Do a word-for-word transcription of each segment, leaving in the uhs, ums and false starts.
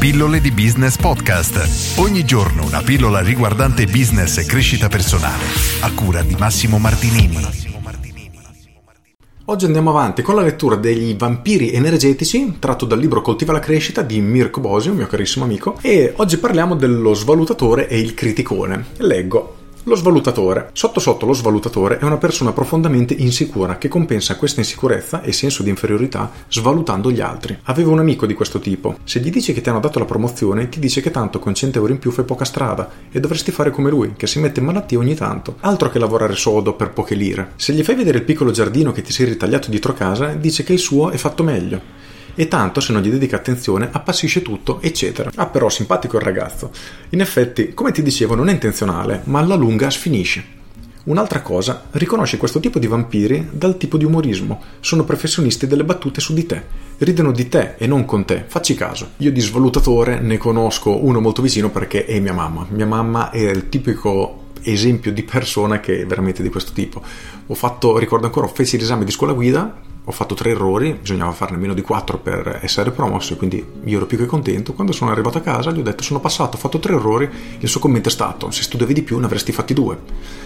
Pillole di Business Podcast. Ogni giorno una pillola riguardante business e crescita personale, a cura di Massimo Martinini. Oggi andiamo avanti con la lettura degli vampiri energetici, tratto dal libro Coltiva la crescita di Mirko Bosi, un mio carissimo amico, e oggi parliamo dello svalutatore e il criticone. Leggo. Lo svalutatore. Sotto sotto lo svalutatore è una persona profondamente insicura che compensa questa insicurezza e senso di inferiorità svalutando gli altri. Avevo un amico di questo tipo. Se gli dici che ti hanno dato la promozione, ti dice che tanto con cento euro in più fai poca strada e dovresti fare come lui, che si mette in malattia ogni tanto. Altro che lavorare sodo per poche lire. Se gli fai vedere il piccolo giardino che ti sei ritagliato dietro casa, dice che il suo è fatto meglio. E tanto, se non gli dedica attenzione, appassisce tutto, eccetera. Ah, però simpatico il ragazzo. In effetti, come ti dicevo, non è intenzionale, ma alla lunga sfinisce. Un'altra cosa, riconosci questo tipo di vampiri dal tipo di umorismo. Sono professionisti delle battute su di te. Ridono di te e non con te. Facci caso. Io di svalutatore ne conosco uno molto vicino perché è mia mamma. Mia mamma è il tipico esempio di persona che è veramente di questo tipo. Ho fatto, ricordo ancora, feci l'esame di scuola guida. Ho fatto tre errori, bisognava farne meno di quattro per essere promosso, quindi io ero più che contento. Quando sono arrivato a casa gli ho detto: sono passato, ho fatto tre errori. Il suo commento è stato: se studiavi di più ne avresti fatti due.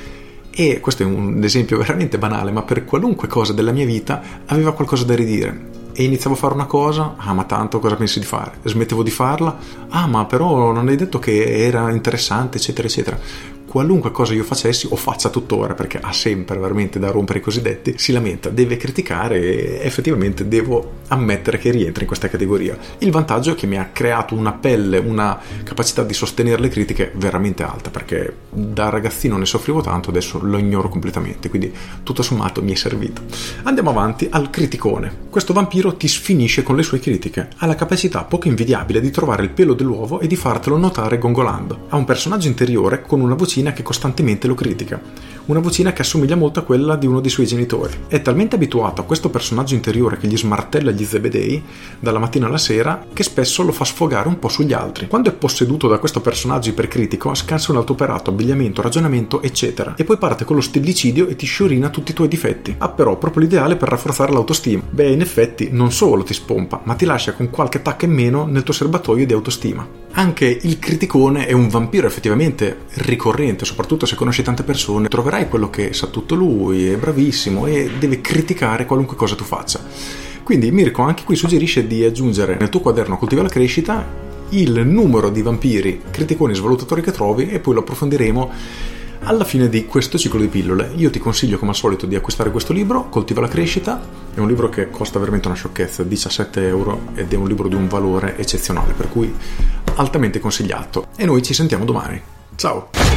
E questo è un esempio veramente banale, ma per qualunque cosa della mia vita aveva qualcosa da ridire. E iniziavo a fare una cosa: ah, ma tanto cosa pensi di fare? Smettevo di farla: ah, ma però non hai detto che era interessante, eccetera eccetera. Qualunque cosa io facessi o faccia tuttora, perché ha sempre veramente da rompere i cosiddetti, si lamenta, deve criticare e effettivamente devo ammettere che rientra in questa categoria. Il vantaggio è che mi ha creato una pelle, una capacità di sostenere le critiche veramente alta, perché da ragazzino ne soffrivo tanto, adesso lo ignoro completamente, quindi tutto sommato mi è servito. Andiamo avanti al criticone. Questo vampiro ti sfinisce con le sue critiche, ha la capacità poco invidiabile di trovare il pelo dell'uovo e di fartelo notare gongolando. Ha un personaggio interiore con una vocina che costantemente lo critica, una vocina che assomiglia molto a quella di uno dei suoi genitori. È talmente abituato a questo personaggio interiore che gli smartella gli zebedei dalla mattina alla sera che spesso lo fa sfogare un po' sugli altri. Quando è posseduto da questo personaggio ipercritico, scansa un altoperato abbigliamento, ragionamento, eccetera, e poi parte con lo stillicidio e ti sciorina tutti i tuoi difetti. Ha però proprio l'ideale per rafforzare l'autostima. Beh, in effetti non solo ti spompa, ma ti lascia con qualche tacca in meno nel tuo serbatoio di autostima. Anche il criticone è un vampiro effettivamente ricorrente, soprattutto se conosci tante persone. Troverai quello che sa tutto lui, è bravissimo e deve criticare qualunque cosa tu faccia. Quindi Mirko anche qui suggerisce di aggiungere nel tuo quaderno Coltiva la crescita il numero di vampiri, criticoni, svalutatori che trovi, e poi lo approfondiremo alla fine di questo ciclo di pillole. Io ti consiglio come al solito di acquistare questo libro, Coltiva la crescita. È un libro che costa veramente una sciocchezza, diciassette euro, ed è un libro di un valore eccezionale, per cui altamente consigliato. E noi ci sentiamo domani. Ciao!